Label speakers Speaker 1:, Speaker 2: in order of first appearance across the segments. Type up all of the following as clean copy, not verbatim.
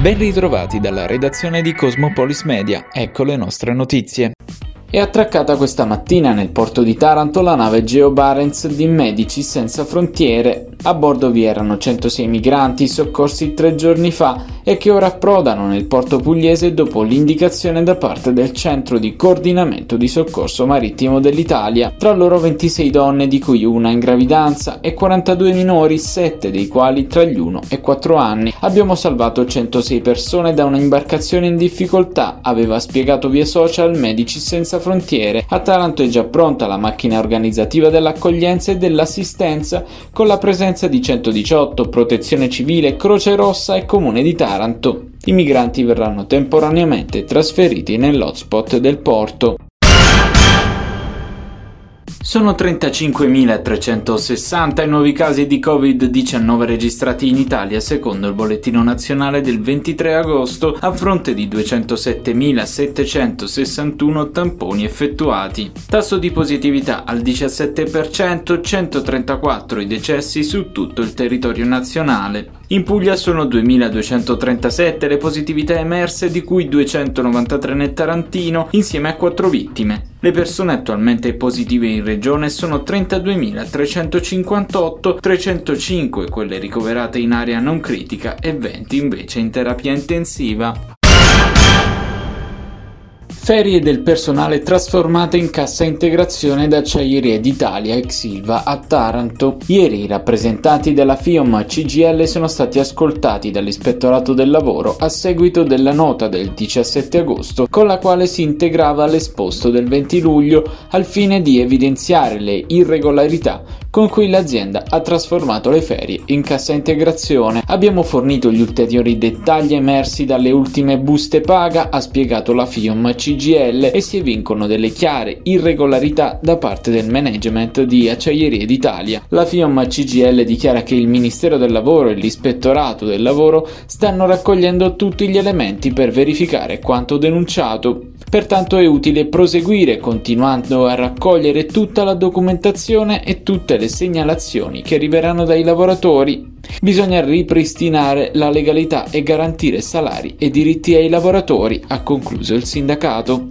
Speaker 1: Ben ritrovati dalla redazione di Cosmopolis Media, ecco le nostre notizie. È attraccata questa mattina nel porto di Taranto la nave Geo Barents di Medici Senza Frontiere. A bordo vi erano 106 migranti soccorsi 3 giorni fa e che ora approdano nel porto pugliese dopo l'indicazione da parte del Centro di Coordinamento di Soccorso Marittimo dell'Italia. Tra loro 26 donne, di cui una in gravidanza, e 42 minori, 7 dei quali tra gli 1 e 4 anni. Abbiamo salvato 106 persone da un'imbarcazione in difficoltà, aveva spiegato via social Medici Senza Frontiere. A Taranto è già pronta la macchina organizzativa dell'accoglienza e dell'assistenza, con la presenza di 118, Protezione Civile, Croce Rossa e Comune di Taranto. I migranti verranno temporaneamente trasferiti nell'hotspot del porto. Sono 35.360 i nuovi casi di Covid-19 registrati in Italia secondo il bollettino nazionale del 23 agosto, a fronte di 207.761 tamponi effettuati. Tasso di positività al 17%, 134 i decessi su tutto il territorio nazionale. In Puglia sono 2.237 le positività emerse, di cui 293 nel Tarantino, insieme a 4 vittime. Le persone attualmente positive in regione sono 32.358, 305 quelle ricoverate in area non critica e 20 invece in terapia intensiva. Ferie del personale trasformate in cassa integrazione da Acciaierie d'Italia ex Ilva a Taranto. Ieri i rappresentanti della FIOM CGIL sono stati ascoltati dall'Ispettorato del Lavoro a seguito della nota del 17 agosto con la quale si integrava l'esposto del 20 luglio al fine di evidenziare le irregolarità con cui l'azienda ha trasformato le ferie in cassa integrazione. Abbiamo fornito gli ulteriori dettagli emersi dalle ultime buste paga, ha spiegato la FIOM CGIL, e si evincono delle chiare irregolarità da parte del management di Acciaierie d'Italia. La FIOM CGIL dichiara che il Ministero del Lavoro e l'Ispettorato del Lavoro stanno raccogliendo tutti gli elementi per verificare quanto denunciato. Pertanto è utile proseguire continuando a raccogliere tutta la documentazione e tutte le segnalazioni che arriveranno dai lavoratori. Bisogna ripristinare la legalità e garantire salari e diritti ai lavoratori, ha concluso il sindacato.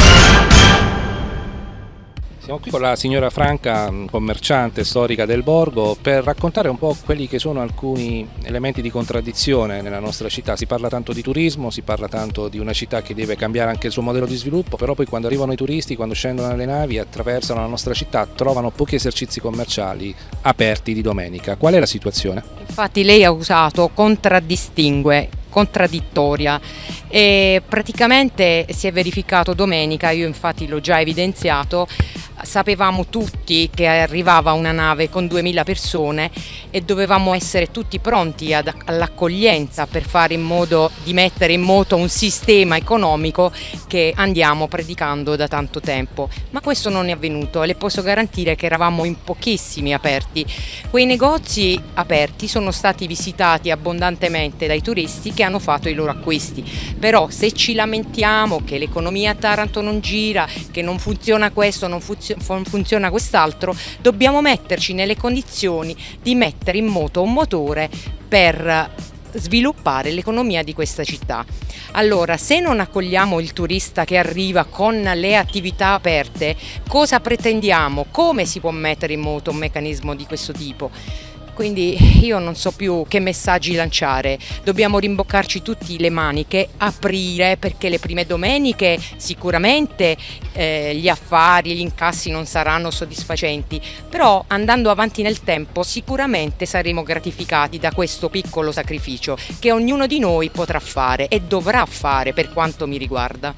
Speaker 2: Siamo qui con la signora Franca, commerciante storica del borgo, per raccontare un po' quelli che sono alcuni elementi di contraddizione nella nostra città. Si parla tanto di turismo, si parla tanto di una città che deve cambiare anche il suo modello di sviluppo, però poi quando arrivano i turisti, quando scendono dalle navi e attraversano la nostra città, trovano pochi esercizi commerciali aperti di domenica. Qual è la situazione?
Speaker 3: Infatti lei ha usato contraddittoria, e praticamente si è verificato domenica, io infatti l'ho già evidenziato. Sapevamo tutti che arrivava una nave con 2000 persone e dovevamo essere tutti pronti all'accoglienza per fare in modo di mettere in moto un sistema economico che andiamo predicando da tanto tempo, ma questo non è avvenuto e le posso garantire che eravamo in pochissimi aperti. Quei negozi aperti sono stati visitati abbondantemente dai turisti che hanno fatto i loro acquisti, però se ci lamentiamo che l'economia a Taranto non gira, che non funziona questo, non funziona quest'altro, dobbiamo metterci nelle condizioni di mettere in moto un motore per sviluppare l'economia di questa città. Allora, se non accogliamo il turista che arriva con le attività aperte, cosa pretendiamo? Come si può mettere in moto un meccanismo di questo tipo? Quindi io non so più che messaggi lanciare, dobbiamo rimboccarci tutti le maniche, aprire, perché le prime domeniche sicuramente gli affari, gli incassi non saranno soddisfacenti, però andando avanti nel tempo sicuramente saremo gratificati da questo piccolo sacrificio che ognuno di noi potrà fare e dovrà fare per quanto mi riguarda.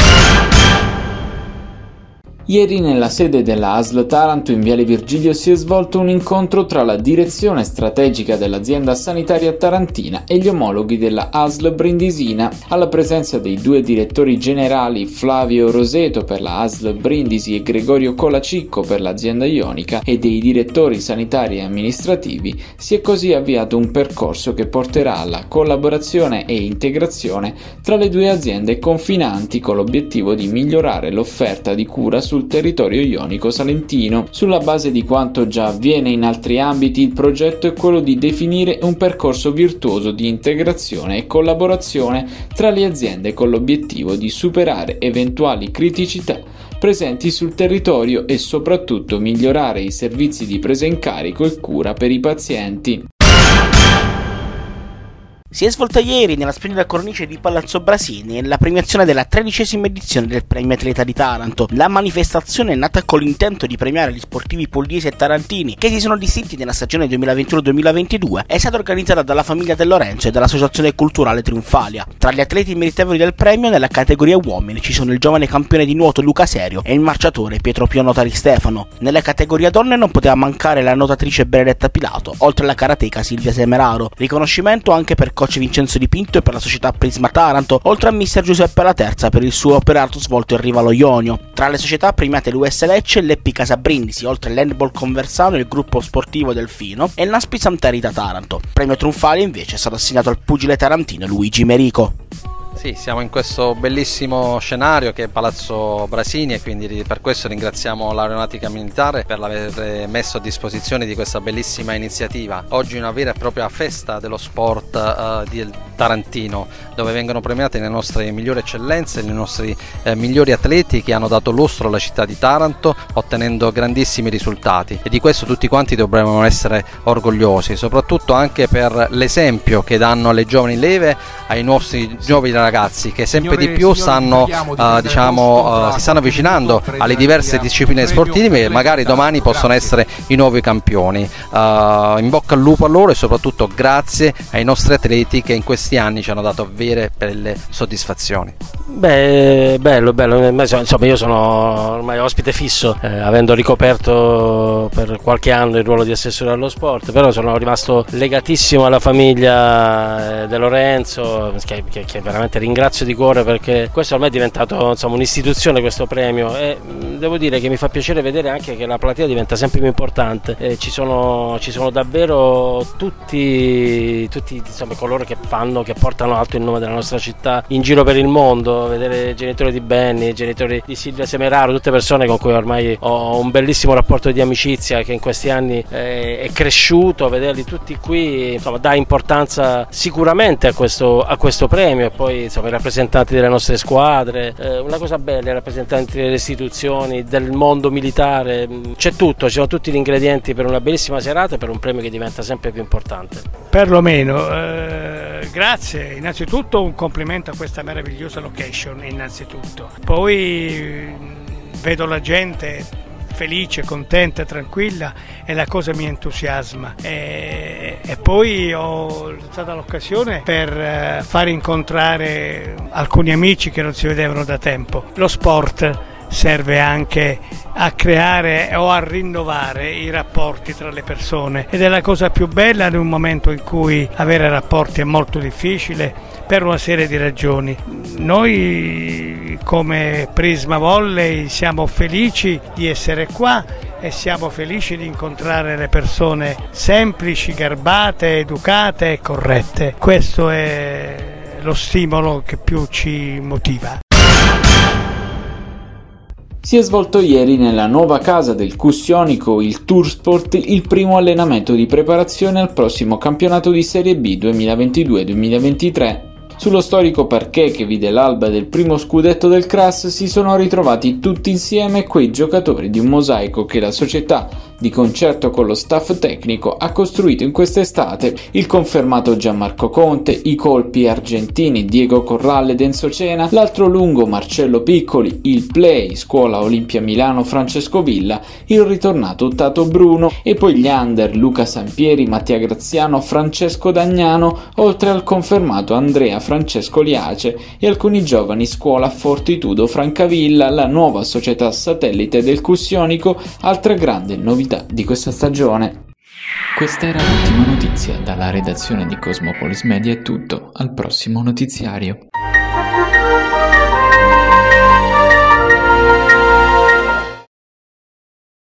Speaker 1: Ieri nella sede della ASL Taranto in Viale Virgilio si è svolto un incontro tra la direzione strategica dell'azienda sanitaria tarantina e gli omologhi della ASL Brindisina, alla presenza dei due direttori generali Flavio Roseto per la ASL Brindisi e Gregorio Colacicco per l'azienda ionica e dei direttori sanitari e amministrativi. Si è così avviato un percorso che porterà alla collaborazione e integrazione tra le due aziende confinanti, con l'obiettivo di migliorare l'offerta di cura sul sul territorio ionico salentino. Sulla base di quanto già avviene in altri ambiti, il progetto è quello di definire un percorso virtuoso di integrazione e collaborazione tra le aziende con l'obiettivo di superare eventuali criticità presenti sul territorio e soprattutto migliorare i servizi di presa in carico e cura per i pazienti.
Speaker 4: Si è svolta ieri nella splendida cornice di Palazzo Brasini la premiazione della 13ª edizione del Premio Atleta di Taranto. La manifestazione è nata con l'intento di premiare gli sportivi pugliesi e tarantini che si sono distinti nella stagione 2021-2022. È stata organizzata dalla famiglia De Lorenzo e dall'Associazione Culturale Triunfalia. Tra gli atleti meritevoli del premio nella categoria uomini ci sono il giovane campione di nuoto Luca Serio e il marciatore Pietro Pio Notari Stefano. Nella categoria donne non poteva mancare la nuotatrice Benedetta Pilato, oltre alla karateka Silvia Semeraro. Riconoscimento anche per coach Vincenzo Di Pinto e per la società Prisma Taranto, oltre a mister Giuseppe La Terza per il suo operato svolto in riva allo Ionio. Tra le società premiate l'US Lecce e l'Eppi Casa Brindisi, oltre all'Handball Conversano, il gruppo sportivo Delfino e il Naspi Santa Rita Taranto. Premio trionfale invece è stato assegnato al pugile tarantino Luigi Merico.
Speaker 5: Sì, siamo in questo bellissimo scenario che è Palazzo Brasini e quindi per questo ringraziamo l'Aeronautica Militare per aver messo a disposizione di questa bellissima iniziativa. Oggi una vera e propria festa dello sport del Tarantino, dove vengono premiate le nostre migliori eccellenze, i nostri migliori atleti che hanno dato lustro alla città di Taranto ottenendo grandissimi risultati, e di questo tutti quanti dovremmo essere orgogliosi, soprattutto anche per l'esempio che danno alle giovani leve, ai nostri nuovi ragazzi che sempre di più stanno si stanno avvicinando alle diverse discipline sportive e magari domani possono essere i nuovi campioni. In bocca al lupo a loro e soprattutto grazie ai nostri atleti che in questi anni ci hanno dato vere belle soddisfazioni.
Speaker 6: Bello, insomma io sono ormai ospite fisso, avendo ricoperto per qualche anno il ruolo di assessore allo sport, però sono rimasto legatissimo alla famiglia De Lorenzo, che veramente ringrazio di cuore, perché questo ormai è diventato un'istituzione, questo premio, e devo dire che mi fa piacere vedere anche che la platea diventa sempre più importante. Ci sono davvero tutti coloro che portano alto il nome della nostra città in giro per il mondo. Vedere i genitori di Benny, i genitori di Silvia Semeraro, tutte persone con cui ormai ho un bellissimo rapporto di amicizia che in questi anni è cresciuto, vederli tutti qui dà importanza sicuramente a questo premio. E poi i rappresentanti delle nostre squadre, una cosa bella, i rappresentanti delle istituzioni, del mondo militare, c'è tutto, ci sono tutti gli ingredienti per una bellissima serata e per un premio che diventa sempre più importante.
Speaker 7: Perlomeno, grazie, innanzitutto un complimento a questa meravigliosa location, innanzitutto. Poi vedo la gente felice, contenta, tranquilla e la cosa mi entusiasma. E poi ho stata l'occasione per far incontrare alcuni amici che non si vedevano da tempo. Lo sport serve anche a creare o a rinnovare i rapporti tra le persone ed è la cosa più bella in un momento in cui avere rapporti è molto difficile per una serie di ragioni. Noi come Prisma Volley siamo felici di essere qua e siamo felici di incontrare le persone semplici, garbate, educate e corrette. Questo è lo stimolo che più ci motiva.
Speaker 1: Si è svolto ieri nella nuova casa del Cussionico, il Toursport, il primo allenamento di preparazione al prossimo campionato di Serie B 2022-2023. Sullo storico parquet che vide l'alba del primo scudetto del CRAS si sono ritrovati tutti insieme quei giocatori di un mosaico che la società, di concerto con lo staff tecnico, ha costruito in quest'estate. Il confermato Gianmarco Conte, i colpi argentini Diego Corrale ed Enzo Cena, l'altro lungo Marcello Piccoli, il play Scuola Olimpia Milano Francesco Villa, il ritornato Tato Bruno e poi gli under Luca Sampieri, Mattia Graziano, Francesco Dagnano, oltre al confermato Andrea Francesco Liace e alcuni giovani Scuola Fortitudo Francavilla, la nuova società satellite del Cussionico, altra grande novità di questa stagione. Questa era l'ultima notizia. Dalla redazione di Cosmopolis Media è tutto, al prossimo notiziario.